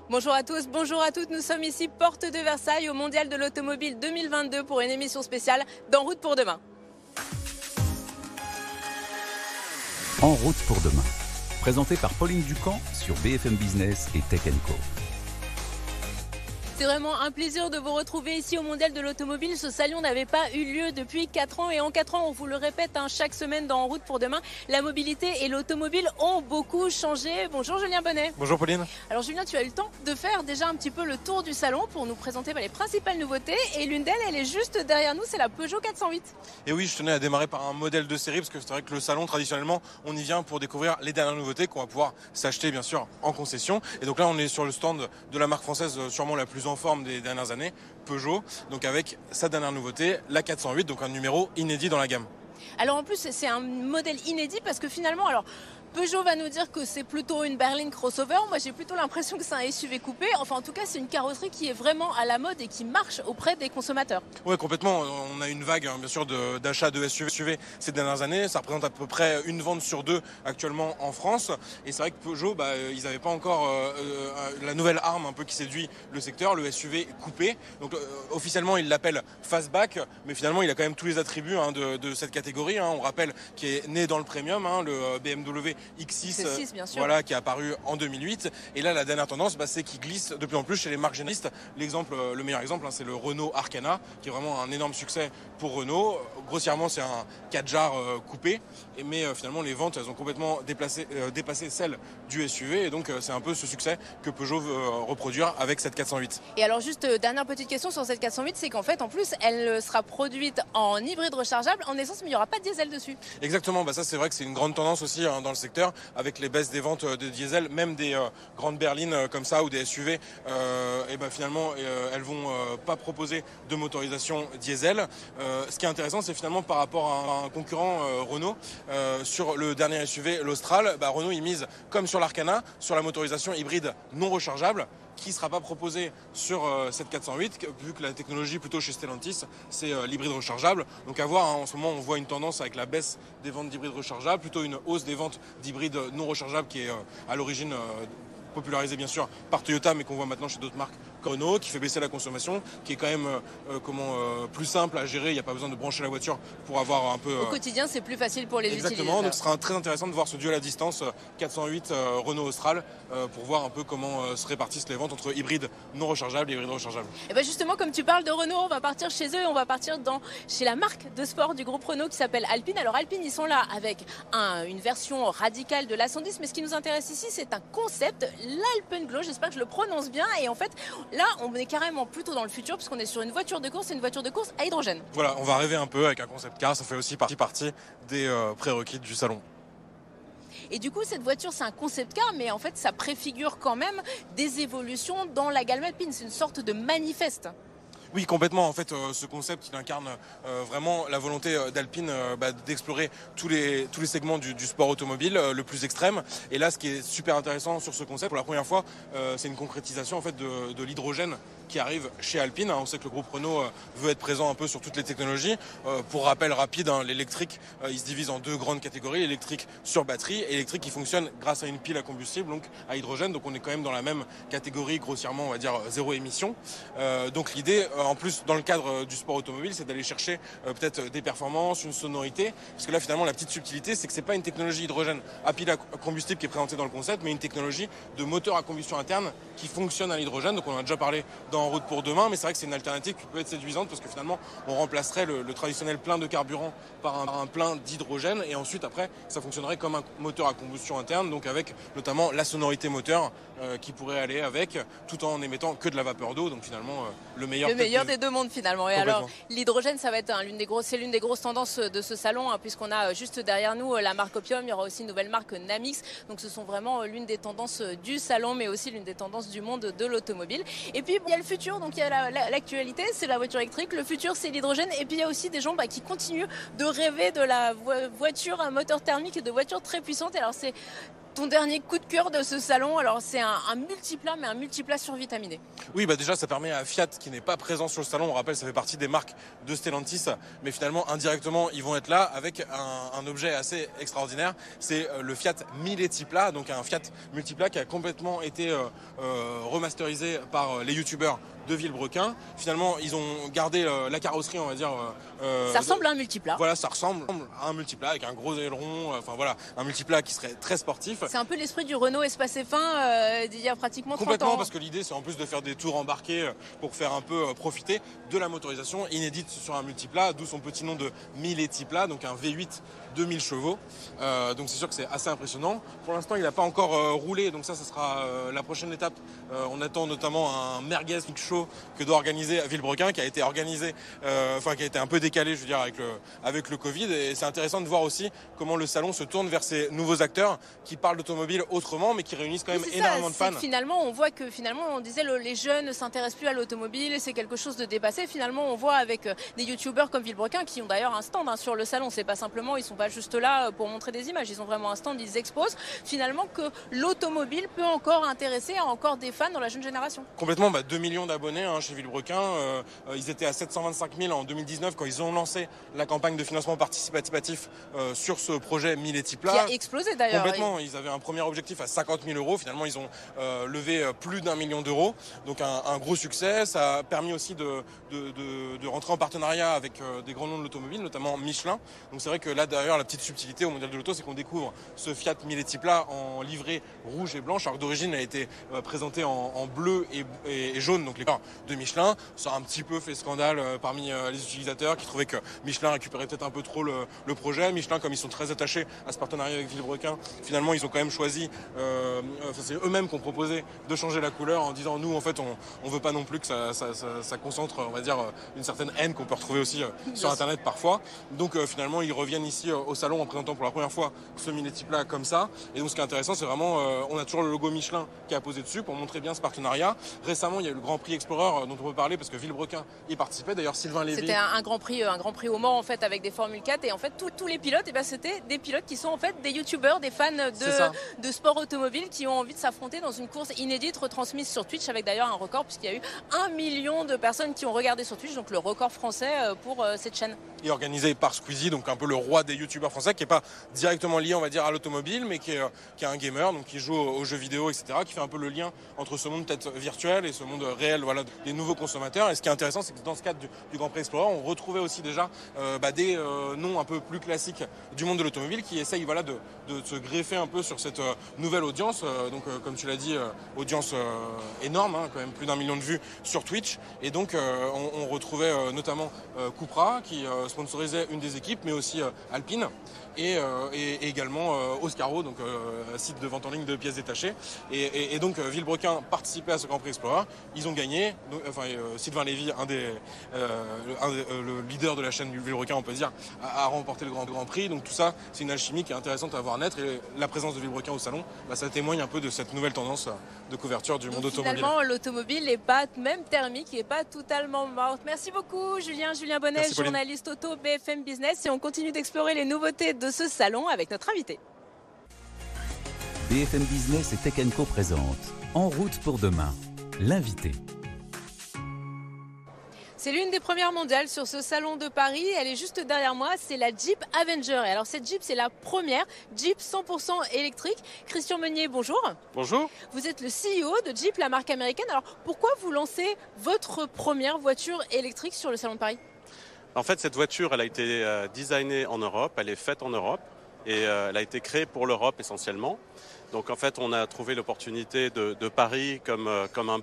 Bonjour à tous, bonjour à toutes. Nous sommes ici, porte de Versailles, au Mondial de l'Automobile 2022 pour une émission spéciale d'En route pour demain. En route pour demain, présenté par Pauline Ducamp sur BFM Business et Tech & Co. C'est vraiment un plaisir de vous retrouver ici au Mondial de l'Automobile. Ce salon n'avait pas eu lieu depuis 4 ans et en 4 ans, on vous le répète chaque semaine dans En route pour demain, la mobilité et l'automobile ont beaucoup changé. Bonjour Julien Bonnet. Bonjour Pauline. Alors Julien, tu as eu le temps de faire déjà un petit peu le tour du salon pour nous présenter les principales nouveautés et l'une d'elles, elle est juste derrière nous, c'est la Peugeot 408. Et oui, je tenais à démarrer par un modèle de série parce que c'est vrai que le salon, traditionnellement, on y vient pour découvrir les dernières nouveautés qu'on va pouvoir s'acheter bien sûr en concession. Et donc là, on est sur le stand de la marque française sûrement la plus en forme des dernières années, Peugeot, donc avec sa dernière nouveauté, la 408, donc un numéro inédit dans la gamme. Alors en plus, c'est un modèle inédit parce que finalement, Peugeot va nous dire que c'est plutôt une berline crossover. Moi, j'ai plutôt l'impression que c'est un SUV coupé. Enfin, en tout cas, c'est une carrosserie qui est vraiment à la mode et qui marche auprès des consommateurs. Oui, complètement. On a une vague, bien sûr, d'achat de SUV ces dernières années. Ça représente à peu près une vente sur deux actuellement en France. Et c'est vrai que Peugeot, ils n'avaient pas encore la nouvelle arme un peu qui séduit le secteur, le SUV coupé. Donc, officiellement, ils l'appellent fastback, mais finalement, il a quand même tous les attributs de cette catégorie. On rappelle qu'il est né dans le premium, le BMW X6, bien sûr. Voilà, qui est apparu en 2008. Et là, la dernière tendance, c'est qu'il glisse de plus en plus chez les marques généralistes. Le meilleur exemple, c'est le Renault Arcana, qui est vraiment un énorme succès pour Renault. Grossièrement, c'est un 4 coupé. Mais finalement, les ventes, elles ont complètement dépassé celles du SUV. Et donc, c'est un peu ce succès que Peugeot veut reproduire avec cette 408. Et alors, juste dernière petite question sur cette 408, c'est qu'en fait, en plus, elle sera produite en hybride rechargeable, en essence, mais il n'y aura pas de diesel dessus. Exactement, ça c'est vrai que c'est une grande tendance aussi dans le secteur, avec les baisses des ventes de diesel, même des grandes berlines comme ça ou des SUV, finalement elles vont pas proposer de motorisation diesel. Ce qui est intéressant, c'est finalement par rapport à un concurrent Renault, sur le dernier SUV, l'Austral, Renault il mise comme sur l'Arcana, sur la motorisation hybride non rechargeable, qui ne sera pas proposé sur cette 408, vu que la technologie plutôt chez Stellantis, c'est l'hybride rechargeable. Donc à voir, en ce moment on voit une tendance avec la baisse des ventes d'hybrides rechargeables, plutôt une hausse des ventes d'hybrides non rechargeables qui est à l'origine popularisée bien sûr par Toyota, mais qu'on voit maintenant chez d'autres marques comme Renault, qui fait baisser la consommation, qui est quand même plus simple à gérer. Il n'y a pas besoin de brancher la voiture pour avoir un peu... Au quotidien, c'est plus facile pour les utilisateurs. Exactement, donc ce sera très intéressant de voir ce duel à distance 408 Renault Austral pour voir un peu comment se répartissent les ventes entre hybrides non rechargeables et hybrides rechargeables. Et justement, comme tu parles de Renault, on va partir chez eux, on va partir chez la marque de sport du groupe Renault qui s'appelle Alpine. Alors Alpine, ils sont là avec une version radicale de l'A110, mais ce qui nous intéresse ici, c'est un concept, l'Alpenglow, j'espère que je le prononce bien, et en fait, là, on est carrément plutôt dans le futur puisqu'on est sur une voiture de course et une voiture de course à hydrogène. Voilà, on va rêver un peu avec un concept car, ça fait aussi partie des prérequis du salon. Et du coup, cette voiture, c'est un concept car, mais en fait, ça préfigure quand même des évolutions dans la gamme Alpine. C'est une sorte de manifeste. Oui, complètement. En fait, ce concept, il incarne vraiment la volonté d'Alpine d'explorer tous les segments du sport automobile le plus extrême. Et là, ce qui est super intéressant sur ce concept, pour la première fois, c'est une concrétisation en fait de l'hydrogène qui arrive chez Alpine. On sait que le groupe Renault veut être présent un peu sur toutes les technologies. Pour rappel rapide, l'électrique, il se divise en deux grandes catégories. L'électrique sur batterie et l'électrique qui fonctionne grâce à une pile à combustible, donc à hydrogène. Donc on est quand même dans la même catégorie, grossièrement, on va dire zéro émission. Donc l'idée, en plus, dans le cadre du sport automobile, c'est d'aller chercher peut-être des performances, une sonorité. Parce que là, finalement, la petite subtilité, c'est que c'est pas une technologie hydrogène à pile à combustible qui est présentée dans le concept, mais une technologie de moteur à combustion interne qui fonctionne à l'hydrogène. Donc on en a déjà parlé dans En route pour demain, mais c'est vrai que c'est une alternative qui peut être séduisante parce que finalement, on remplacerait le traditionnel plein de carburant par un plein d'hydrogène. Et ensuite, après, ça fonctionnerait comme un moteur à combustion interne, donc avec notamment la sonorité moteur qui pourrait aller avec, tout en émettant que de la vapeur d'eau. Donc finalement, le meilleur des deux mondes finalement. Et alors, l'hydrogène, ça va être c'est l'une des grosses tendances de ce salon, puisqu'on a juste derrière nous la marque Opium. Il y aura aussi une nouvelle marque Namix. Donc ce sont vraiment l'une des tendances du salon, mais aussi l'une des tendances du monde de l'automobile. Et puis il y a le futur, donc il y a l'actualité, c'est la voiture électrique. Le futur, c'est l'hydrogène. Et puis il y a aussi des gens qui continuent de rêver de la voiture à moteur thermique et de voitures très puissantes. Alors c'est Ton dernier coup de cœur de ce salon, alors c'est un multiplat, mais un multiplat survitaminé. Oui, déjà ça permet à Fiat, qui n'est pas présent sur le salon, on rappelle ça fait partie des marques de Stellantis, mais finalement indirectement ils vont être là avec un objet assez extraordinaire, c'est le Fiat Multipla, donc un Fiat Multipla qui a complètement été remasterisé par les youtubeurs de Villebrequin. Finalement, ils ont gardé la carrosserie, on va dire. Ça ressemble à un multiplat. Voilà, ça ressemble à un multiplat avec un gros aileron. Enfin voilà, un multiplat qui serait très sportif. C'est un peu l'esprit du Renault Espace F1 d'il y a pratiquement 30 ans. Complètement, parce que l'idée, c'est en plus de faire des tours embarqués pour faire un peu profiter de la motorisation inédite sur un multiplat, d'où son petit nom de Multipla, donc un V8 2000 chevaux. Donc c'est sûr que c'est assez impressionnant. Pour l'instant, il n'a pas encore roulé, donc ça sera la prochaine étape. On attend notamment un merguez show que doit organiser Villebrequin, qui a été organisé, qui a été un peu décalé, je veux dire, avec le Covid. Et c'est intéressant de voir aussi comment le salon se tourne vers ces nouveaux acteurs qui parlent d'automobile autrement, mais qui réunissent quand même énormément de fans. Finalement, on voit que on disait les jeunes ne s'intéressent plus à l'automobile, c'est quelque chose de dépassé. Finalement, on voit avec des youtubeurs comme Villebrequin qui ont d'ailleurs un stand sur le salon. C'est pas simplement, ils sont pas juste là pour montrer des images, ils ont vraiment un stand, ils exposent finalement que l'automobile peut encore intéresser encore des fans dans la jeune génération. Complètement, 2 millions d'abonnés chez Villebrequin. Ils étaient à 725 000 en 2019 quand ils ont lancé la campagne de financement participatif sur ce projet Multipla. Qui a explosé d'ailleurs. Complètement, ils avaient un premier objectif à 50 000 euros. Finalement, ils ont levé plus d'1 million d'euros. Donc un gros succès. Ça a permis aussi de rentrer en partenariat avec des grands noms de l'automobile, notamment Michelin. Donc c'est vrai que là, d'ailleurs, la petite subtilité au mondial de l'auto, c'est qu'on découvre ce Fiat Multipla en livrée rouge et blanche, alors que d'origine a été présenté en bleu et jaune, donc les couleurs de Michelin. Ça a un petit peu fait scandale parmi les utilisateurs qui trouvaient que Michelin récupérait peut-être un peu trop le projet. Michelin, comme ils sont très attachés à ce partenariat avec Villebrequin, finalement ils ont quand même choisi, c'est eux-mêmes qui ont proposé de changer la couleur en disant nous en fait on veut pas non plus que ça concentre, on va dire, une certaine haine qu'on peut retrouver aussi sur internet parfois. Donc finalement ils reviennent ici au salon en présentant pour la première fois ce Multipla comme ça. Et donc ce qui est intéressant, c'est vraiment on a toujours le logo Michelin qui est apposé dessus pour montrer bien ce partenariat. Récemment, il y a eu le Grand Prix Explorer dont on peut parler parce que Villebrequin y participait. D'ailleurs, Sylvain Lévy. C'était un Grand Prix au Mans en fait avec des Formule 4 et en fait tous les pilotes, c'était des pilotes qui sont en fait des youtubeurs, des fans de sport automobile qui ont envie de s'affronter dans une course inédite retransmise sur Twitch avec d'ailleurs un record puisqu'il y a eu 1 million de personnes qui ont regardé sur Twitch, donc le record français pour cette chaîne. Et organisé par Squeezie, donc un peu le roi des youtubeurs français, qui n'est pas directement lié, on va dire, à l'automobile, mais qui est un gamer, donc qui joue aux jeux vidéo, etc., qui fait un peu le lien entre ce monde peut-être virtuel et ce monde réel, voilà, des nouveaux consommateurs. Et ce qui est intéressant, c'est que dans ce cadre du Grand Prix Explorer, on retrouvait aussi déjà des noms un peu plus classiques du monde de l'automobile qui essayent de se greffer un peu sur cette nouvelle audience. Donc comme tu l'as dit, audience énorme, quand même plus d'1 million de vues sur Twitch. Et donc on retrouvait notamment Cupra qui sponsorisait une des équipes, mais aussi Alpine et également Oscaro, donc site de vente en ligne de pièces détachées. Et donc Villebrequin participait à ce Grand Prix Explorer. Ils ont gagné. Sylvain Lévy, le leader de la chaîne du Villebrequin, on peut dire, a remporté le Grand Prix. Donc tout ça, c'est une alchimie qui est intéressante à voir naître. Et la présence de Villebrequin au salon, ça témoigne un peu de cette nouvelle tendance de couverture du monde automobile. Finalement, l'automobile n'est pas même thermique, n'est pas totalement morte. Merci beaucoup, Julien Bonnet, journaliste auto BFM Business. Et on continue d'explorer les nouveautés de ce salon avec notre invité. BFM Business et Tech & Co présente En route pour demain, l'invité. C'est l'une des premières mondiales sur ce salon de Paris. Elle est juste derrière moi, c'est la Jeep Avenger. Et alors cette Jeep, c'est la première Jeep 100% électrique. Christian Meunier, bonjour. Bonjour. Vous êtes le CEO de Jeep, la marque américaine. Alors pourquoi vous lancez votre première voiture électrique sur le salon de Paris ? En fait, cette voiture, elle a été designée en Europe, elle est faite en Europe et elle a été créée pour l'Europe essentiellement. Donc en fait, on a trouvé l'opportunité de Paris comme un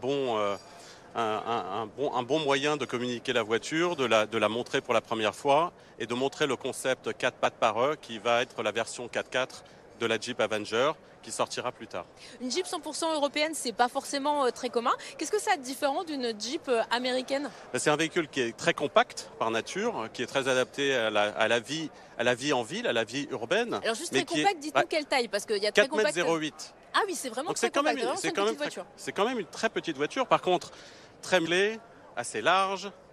bon moyen de communiquer la voiture, de la montrer pour la première fois et de montrer le concept 4 pattes par eux qui va être la version 4x4 de la Jeep Avenger qui sortira plus tard. Une Jeep 100% européenne, c'est pas forcément très commun. Qu'est-ce que ça a de différent d'une Jeep américaine ? C'est un véhicule qui est très compact par nature, qui est très adapté à la vie en ville, à la vie urbaine. Alors juste très compact, dites-nous quelle taille, parce qu'il y a très compact. 4,08 m. Ah oui, c'est vraiment donc très compact. C'est quand même une très petite voiture. Par contre, très mêlée, assez large,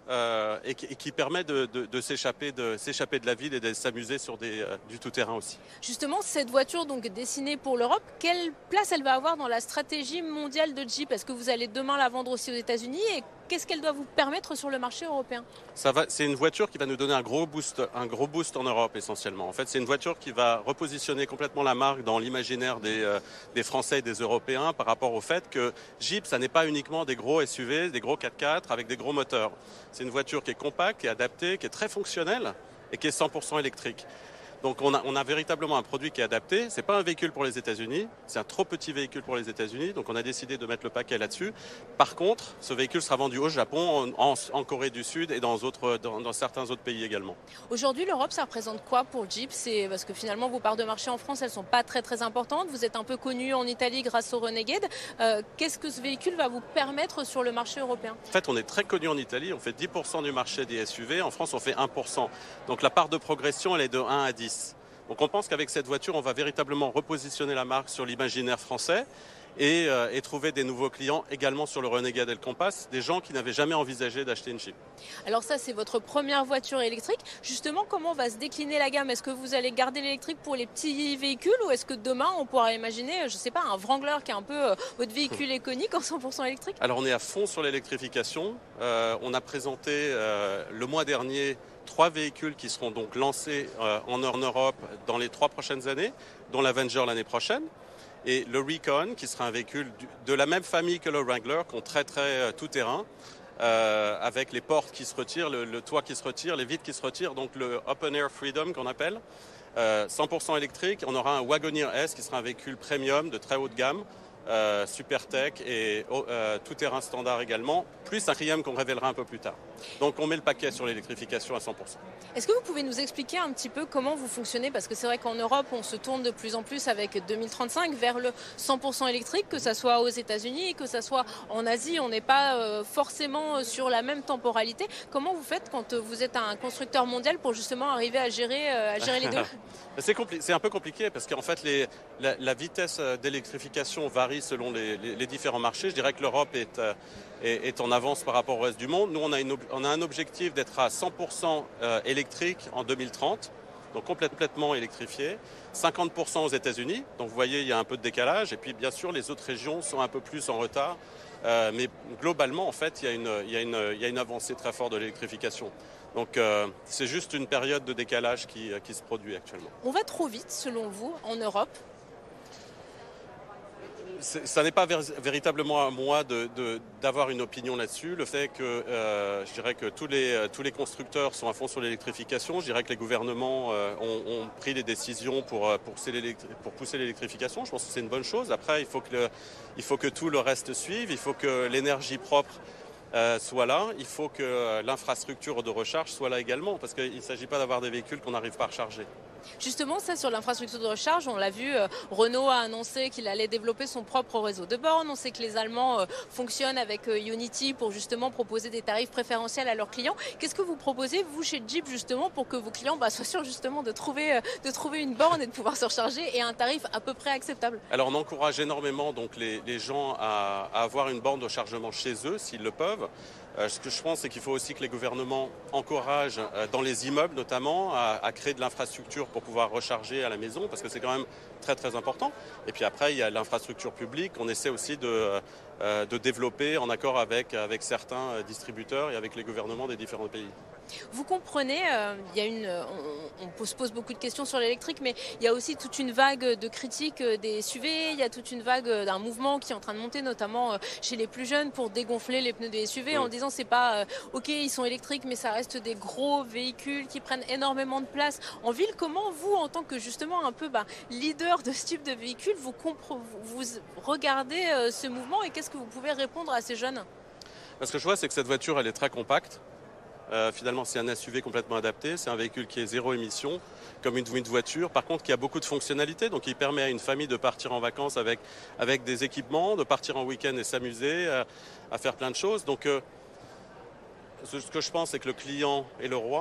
et qui permet de s'échapper de la ville et de s'amuser sur du tout-terrain aussi. Justement, cette voiture donc destinée pour l'Europe, quelle place elle va avoir dans la stratégie mondiale de Jeep? Est-ce que vous allez demain la vendre aussi aux États-Unis et qu'est-ce qu'elle doit vous permettre sur le marché européen? C'est une voiture qui va nous donner un gros boost en Europe essentiellement. En fait, c'est une voiture qui va repositionner complètement la marque dans l'imaginaire des Français et des Européens par rapport au fait que Jeep, ça n'est pas uniquement des gros SUV, des gros 4x4 avec des gros moteurs. C'est une voiture qui est compacte, qui est adaptée, qui est très fonctionnelle et qui est 100% électrique. Donc on a véritablement un produit qui est adapté. C'est pas un véhicule pour les États-Unis, c'est un trop petit véhicule pour les États-Unis. Donc on a décidé de mettre le paquet là-dessus. Par contre, ce véhicule sera vendu au Japon, en Corée du Sud et dans certains autres pays également. Aujourd'hui, l'Europe, ça représente quoi pour Jeep? C'est parce que finalement vos parts de marché en France, elles sont pas très très importantes. Vous êtes un peu connu en Italie grâce au Renegade. Qu'est-ce que ce véhicule va vous permettre sur le marché européen? En fait, on est très connu en Italie. On fait 10% du marché des SUV. En France, on fait 1%. Donc la part de progression, elle est de 1 à 10. Donc on pense qu'avec cette voiture, on va véritablement repositionner la marque sur l'imaginaire français et trouver des nouveaux clients également sur le Renegade et le Compass, des gens qui n'avaient jamais envisagé d'acheter une Jeep. Alors ça, c'est votre première voiture électrique. Justement, comment va se décliner la gamme? Est-ce que vous allez garder l'électrique pour les petits véhicules ou est-ce que demain, on pourra imaginer, je ne sais pas, un Wrangler qui est un peu votre véhicule iconique en 100% électrique? Alors on est à fond sur l'électrification. On a présenté le mois dernier 3 véhicules qui seront donc lancés en Europe dans les 3 prochaines années, dont l'Avenger l'année prochaine. Et le Recon, qui sera un véhicule de la même famille que le Wrangler, qui est très tout-terrain, avec les portes qui se retirent, le toit qui se retire, les vitres qui se retirent, donc le Open Air Freedom qu'on appelle, 100% électrique. On aura un Wagoneer S qui sera un véhicule premium de très haute gamme, super tech et tout-terrain standard également, plus un 4e qu'on révélera un peu plus tard. Donc on met le paquet sur l'électrification à 100%. Est-ce que vous pouvez nous expliquer un petit peu comment vous fonctionnez? Parce que c'est vrai qu'en Europe, on se tourne de plus en plus avec 2035 vers le 100% électrique, que ce soit aux États-Unis, que ce soit en Asie. On n'est pas forcément sur la même temporalité. Comment vous faites quand vous êtes un constructeur mondial pour justement arriver à gérer les deux? C'est un peu compliqué parce qu'en fait la vitesse d'électrification varie selon les différents marchés. Je dirais que l'Europe est en avance par rapport au reste du monde. Nous, on a un objectif d'être à 100% électrique en 2030, donc complètement électrifié. 50% aux États-Unis, donc vous voyez, il y a un peu de décalage. Et puis, bien sûr, les autres régions sont un peu plus en retard. Mais globalement, en fait, il y a une avancée très forte de l'électrification. Donc, c'est juste une période de décalage qui se produit actuellement. On va trop vite, selon vous, en Europe? Ça n'est pas véritablement à moi d'avoir une opinion là-dessus. Le fait que je dirais que tous les constructeurs sont à fond sur l'électrification. Je dirais que les gouvernements ont pris des décisions pour pousser l'électrification. Je pense que c'est une bonne chose. Après, il faut que tout le reste suive. Il faut que l'énergie propre soit là. Il faut que l'infrastructure de recharge soit là également. Parce qu'il ne s'agit pas d'avoir des véhicules qu'on n'arrive pas à recharger. Justement, ça sur l'infrastructure de recharge, on l'a vu, Renault a annoncé qu'il allait développer son propre réseau de bornes. On sait que les Allemands fonctionnent avec Unity pour justement proposer des tarifs préférentiels à leurs clients. Qu'est-ce que vous proposez, vous, chez Jeep, justement, pour que vos clients soient sûrs justement de trouver une borne et de pouvoir se recharger et à un tarif à peu près acceptable? Alors, on encourage énormément donc, les gens à avoir une borne de chargement chez eux, s'ils le peuvent. Ce que je pense, c'est qu'il faut aussi que les gouvernements encouragent, dans les immeubles notamment, à créer de l'infrastructure pour pouvoir recharger à la maison, parce que c'est quand même très très important. Et puis après, il y a l'infrastructure publique qu'on essaie aussi de développer en accord avec certains distributeurs et avec les gouvernements des différents pays. Vous comprenez, on se pose beaucoup de questions sur l'électrique, mais il y a aussi toute une vague de critiques des SUV, il y a toute une vague d'un mouvement qui est en train de monter, notamment chez les plus jeunes, pour dégonfler les pneus des SUV, en disant c'est pas ok, ils sont électriques, mais ça reste des gros véhicules qui prennent énormément de place en ville. Comment vous, en tant que justement un peu leader de ce type de véhicule, vous regardez ce mouvement et qu'est-ce que vous pouvez répondre à ces jeunes? Ce que je vois, c'est que cette voiture, elle est très compacte. Finalement, c'est un SUV complètement adapté. C'est un véhicule qui est zéro émission, comme une voiture. Par contre, qui a beaucoup de fonctionnalités. Donc, il permet à une famille de partir en vacances avec des équipements, de partir en week-end et s'amuser, à faire plein de choses. Donc, ce que je pense, c'est que le client est le roi.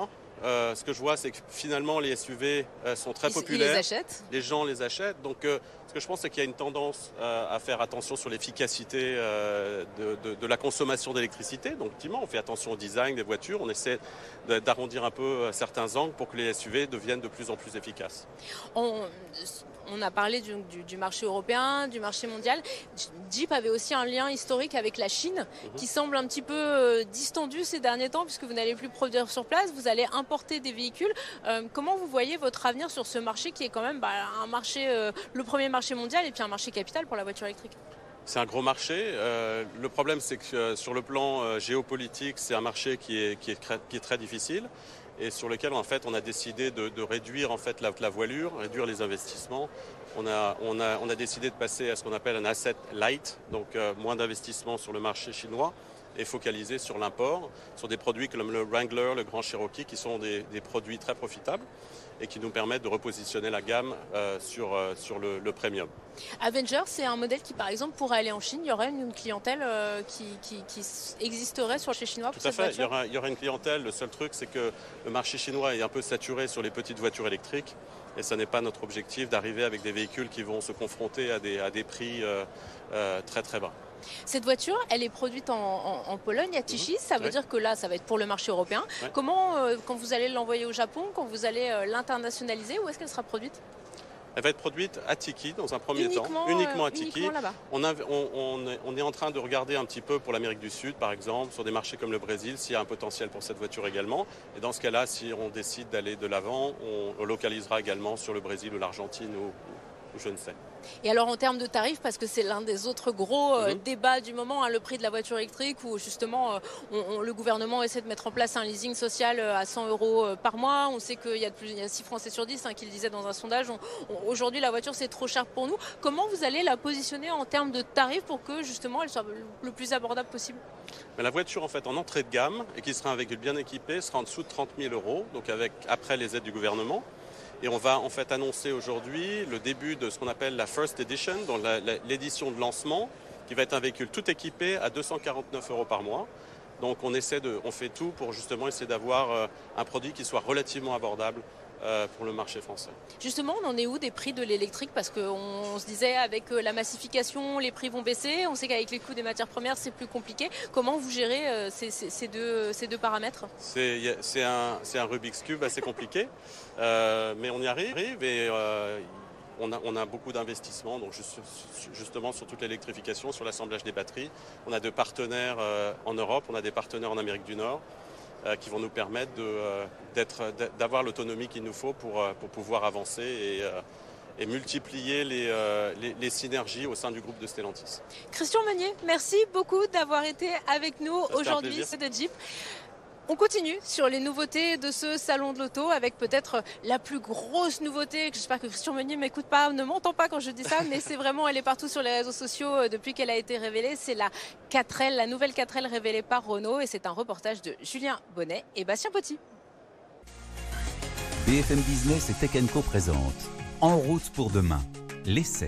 ce que je vois, c'est que finalement les SUV sont très populaires. Ils les achètent. Les gens les achètent. Donc ce que je pense, c'est qu'il y a une tendance à faire attention sur l'efficacité de la consommation d'électricité. Donc effectivement, on fait attention au design des voitures. On essaie d'arrondir un peu certains angles pour que les SUV deviennent de plus en plus efficaces. On a parlé du marché européen, du marché mondial. Jeep avait aussi un lien historique avec la Chine qui semble un petit peu distendu ces derniers temps puisque vous n'allez plus produire sur place, vous allez importer des véhicules. Comment vous voyez votre avenir sur ce marché qui est quand même un marché, le premier marché mondial et puis un marché capital pour la voiture électrique? C'est un gros marché. Le problème, c'est que sur le plan géopolitique, c'est un marché qui est très difficile et sur lequel en fait on a décidé de réduire en fait la voilure, réduire les investissements. On a décidé de passer à ce qu'on appelle un asset light, donc moins d'investissement sur le marché chinois et focaliser sur l'import, sur des produits comme le Wrangler, le Grand Cherokee, qui sont des produits très profitables et qui nous permettent de repositionner la gamme sur le premium. Avenger, c'est un modèle qui, par exemple, pourrait aller en Chine. Il y aurait une clientèle qui existerait sur le marché chinois pour cette voiture. Tout à fait, il y aura une clientèle. Le seul truc, c'est que le marché chinois est un peu saturé sur les petites voitures électriques. Et ce n'est pas notre objectif d'arriver avec des véhicules qui vont se confronter à des prix très très bas. Cette voiture, elle est produite en Pologne, à Tichy. Ça veut dire que là, ça va être pour le marché européen. Ouais. Comment, quand vous allez l'envoyer au Japon, quand vous allez l'internationaliser, où est-ce qu'elle sera produite? Elle va être produite à Tiki dans un premier temps, uniquement à Tiki. Uniquement là-bas. On est en train de regarder un petit peu pour l'Amérique du Sud, par exemple, sur des marchés comme le Brésil, s'il y a un potentiel pour cette voiture également. Et dans ce cas-là, si on décide d'aller de l'avant, on localisera également sur le Brésil ou l'Argentine ou je ne sais. Et alors en termes de tarifs, parce que c'est l'un des autres gros débats du moment, le prix de la voiture électrique, où justement le gouvernement essaie de mettre en place un leasing social à 100 € par mois. On sait qu'il y a 6 Français sur 10 qui le disaient dans un sondage. Aujourd'hui, la voiture, c'est trop cher pour nous. Comment vous allez la positionner en termes de tarifs pour que justement elle soit le plus abordable possible? Mais la voiture, en fait, en entrée de gamme, et qui sera un véhicule bien équipé, sera en dessous de 30 000 €, donc après les aides du gouvernement. Et on va en fait annoncer aujourd'hui le début de ce qu'on appelle la First Edition, donc l'édition de lancement, qui va être un véhicule tout équipé à 249 € par mois. Donc on fait tout pour justement essayer d'avoir un produit qui soit relativement abordable pour le marché français. Justement, on en est où des prix de l'électrique? Parce qu'on se disait avec la massification, les prix vont baisser. On sait qu'avec les coûts des matières premières, c'est plus compliqué. Comment vous gérez ces deux paramètres? C'est un Rubik's Cube assez compliqué, mais on y arrive et on a beaucoup d'investissements, donc justement sur toute l'électrification, sur l'assemblage des batteries. On a des partenaires en Europe, on a des partenaires en Amérique du Nord qui vont nous permettre d'avoir l'autonomie qu'il nous faut pour pouvoir avancer et multiplier les synergies au sein du groupe de Stellantis. Christian Meunier, merci beaucoup d'avoir été avec nous aujourd'hui de Jeep. On continue sur les nouveautés de ce salon de l'auto avec peut-être la plus grosse nouveauté. J'espère que Christian Meunier ne m'écoute pas, ne m'entend pas quand je dis ça, mais c'est vraiment, elle est partout sur les réseaux sociaux depuis qu'elle a été révélée. C'est la 4L, la nouvelle 4L révélée par Renault et c'est un reportage de Julien Bonnet et Bastien Potti. BFM Business et Tech & Co présente En route pour demain, l'essai.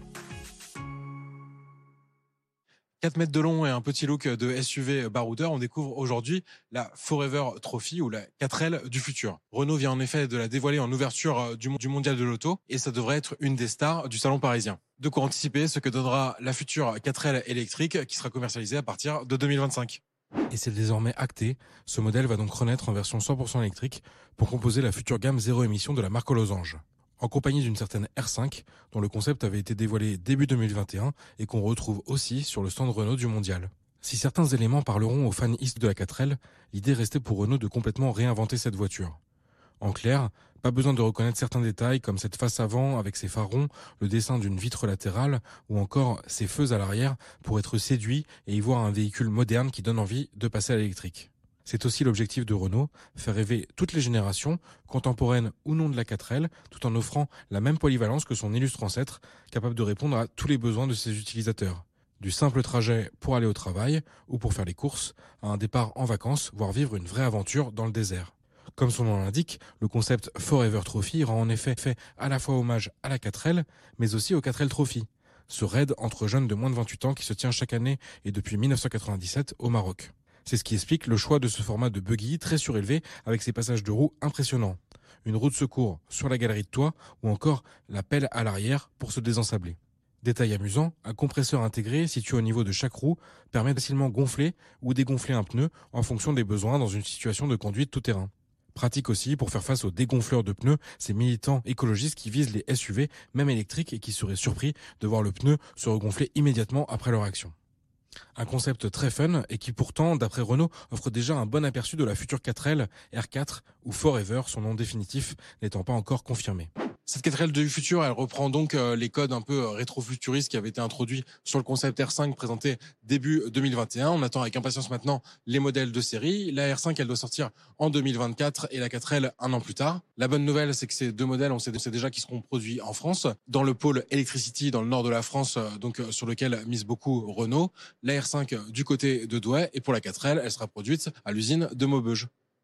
4 mètres de long et un petit look de SUV baroudeur, on découvre aujourd'hui la Forever Trophy ou la 4L du futur. Renault vient en effet de la dévoiler en ouverture du mondial de l'auto et ça devrait être une des stars du salon parisien. De quoi anticiper ce que donnera la future 4L électrique qui sera commercialisée à partir de 2025. Et c'est désormais acté, ce modèle va donc renaître en version 100% électrique pour composer la future gamme zéro émission de la marque aux losanges. En compagnie d'une certaine R5, dont le concept avait été dévoilé début 2021 et qu'on retrouve aussi sur le stand Renault du mondial. Si certains éléments parleront aux fans de la 4L, l'idée restait pour Renault de complètement réinventer cette voiture. En clair, pas besoin de reconnaître certains détails comme cette face avant avec ses phares ronds, le dessin d'une vitre latérale ou encore ses feux à l'arrière pour être séduit et y voir un véhicule moderne qui donne envie de passer à l'électrique. C'est aussi l'objectif de Renault, faire rêver toutes les générations, contemporaines ou non de la 4L, tout en offrant la même polyvalence que son illustre ancêtre, capable de répondre à tous les besoins de ses utilisateurs. Du simple trajet pour aller au travail ou pour faire les courses, à un départ en vacances, voire vivre une vraie aventure dans le désert. Comme son nom l'indique, le concept Forever Trophy rend en effet fait à la fois hommage à la 4L, mais aussi au 4L Trophy, ce raid entre jeunes de moins de 28 ans qui se tient chaque année et depuis 1997 au Maroc. C'est ce qui explique le choix de ce format de buggy très surélevé avec ses passages de roues impressionnants. Une roue de secours sur la galerie de toit ou encore la pelle à l'arrière pour se désensabler. Détail amusant, un compresseur intégré situé au niveau de chaque roue permet de facilement gonfler ou dégonfler un pneu en fonction des besoins dans une situation de conduite tout-terrain. Pratique aussi pour faire face aux dégonfleurs de pneus, ces militants écologistes qui visent les SUV, même électriques, et qui seraient surpris de voir le pneu se regonfler immédiatement après leur action. Un concept très fun et qui pourtant, d'après Renault, offre déjà un bon aperçu de la future 4L, R4 ou Forever, son nom définitif n'étant pas encore confirmé. Cette 4L du futur, elle reprend donc les codes un peu rétro-futuristes qui avaient été introduits sur le concept R5 présenté début 2021. On attend avec impatience maintenant les modèles de série. La R5, elle doit sortir en 2024 et la 4L un an plus tard. La bonne nouvelle, c'est que ces deux modèles, on sait déjà qu'ils seront produits en France, dans le pôle Electricity, dans le nord de la France, donc sur lequel mise beaucoup Renault. La R5 du côté de Douai et pour la 4L, elle sera produite à l'usine de Maubeuge.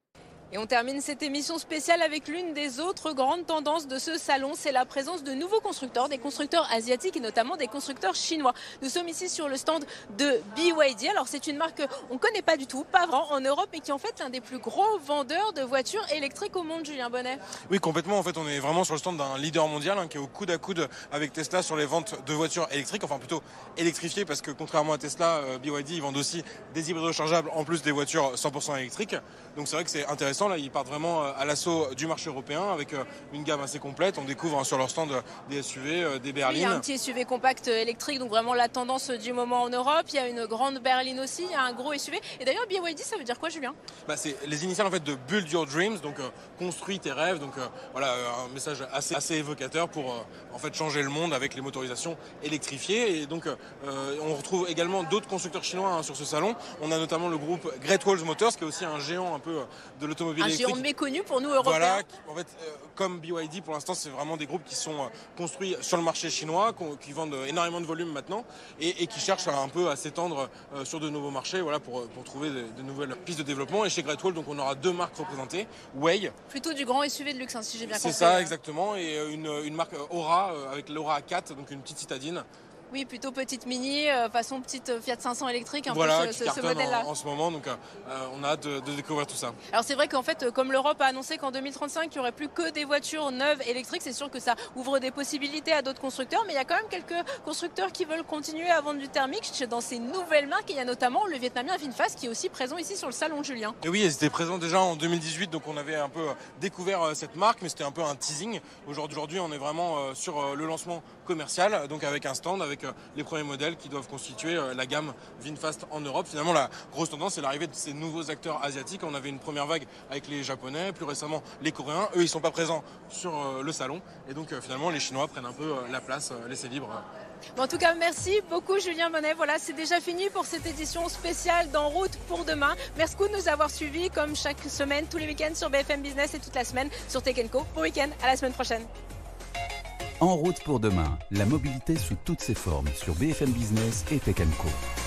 Et on termine cette émission spéciale avec l'une des autres grandes tendances de ce salon, c'est la présence de nouveaux constructeurs, des constructeurs asiatiques et notamment des constructeurs chinois. Nous sommes ici sur le stand de BYD. Alors c'est une marque qu'on ne connaît pas du tout, pas vraiment en Europe, mais qui est en fait l'un des plus gros vendeurs de voitures électriques au monde, Julien Bonnet. Oui, complètement. En fait, on est vraiment sur le stand d'un leader mondial qui est au coude à coude avec Tesla sur les ventes de voitures électriques, enfin plutôt électrifiées, parce que contrairement à Tesla, BYD, ils vendent aussi des hybrides rechargeables en plus des voitures 100% électriques. Donc c'est vrai que c'est intéressant. Là, ils partent vraiment à l'assaut du marché européen avec une gamme assez complète. On découvre sur leur stand des SUV, des berlines. Il y a un petit SUV compact électrique, donc vraiment la tendance du moment en Europe. Il y a une grande berline aussi, il y a un gros SUV. Et d'ailleurs, BYD, ça veut dire quoi, Julien ? C'est les initiales en fait de Build Your Dreams, donc construis tes rêves. Donc voilà, un message assez évocateur pour en fait changer le monde avec les motorisations électrifiées. Et donc on retrouve également d'autres constructeurs chinois sur ce salon. On a notamment le groupe Great Wall Motors, qui est aussi un géant un peu de l'automobile électrique. Un géant méconnu pour nous Européens. Voilà, en fait, comme BYD, pour l'instant, c'est vraiment des groupes qui sont construits sur le marché chinois, qui vendent énormément de volume maintenant et qui cherchent un peu à s'étendre sur de nouveaux marchés, voilà, pour trouver de nouvelles pistes de développement. Et chez Great Wall, donc, on aura deux marques représentées, Way. Plutôt du grand SUV de luxe, si j'ai bien compris. C'est ça, exactement, et une marque Aura avec l'Aura 4, donc une petite citadine. Oui, plutôt petite Mini, façon petite Fiat 500 électrique, voilà, peu ce modèle-là. En ce moment, donc on a hâte de découvrir tout ça. Alors c'est vrai qu'en fait, comme l'Europe a annoncé qu'en 2035, il n'y aurait plus que des voitures neuves électriques, c'est sûr que ça ouvre des possibilités à d'autres constructeurs, mais il y a quand même quelques constructeurs qui veulent continuer à vendre du thermique dans ces nouvelles marques. Et il y a notamment le Vietnamien VinFast qui est aussi présent ici sur le salon, Julien. Et oui, ils étaient présents déjà en 2018, donc on avait un peu découvert cette marque, mais c'était un peu un teasing. Aujourd'hui, on est vraiment sur le lancement commercial, donc avec un stand, avec les premiers modèles qui doivent constituer la gamme VinFast en Europe. Finalement, la grosse tendance, c'est l'arrivée de ces nouveaux acteurs asiatiques. On avait une première vague avec les Japonais, plus récemment les Coréens. Eux, ils ne sont pas présents sur le salon. Et donc, finalement, les Chinois prennent un peu la place, laissez libre. En tout cas, merci beaucoup Julien Bonnet. Voilà, c'est déjà fini pour cette édition spéciale d'En route pour demain. Merci beaucoup de nous avoir suivis comme chaque semaine, tous les week-ends sur BFM Business et toute la semaine sur Tech & Co. Bon week-end, à la semaine prochaine. En route pour demain, la mobilité sous toutes ses formes sur BFM Business et Tech & Co.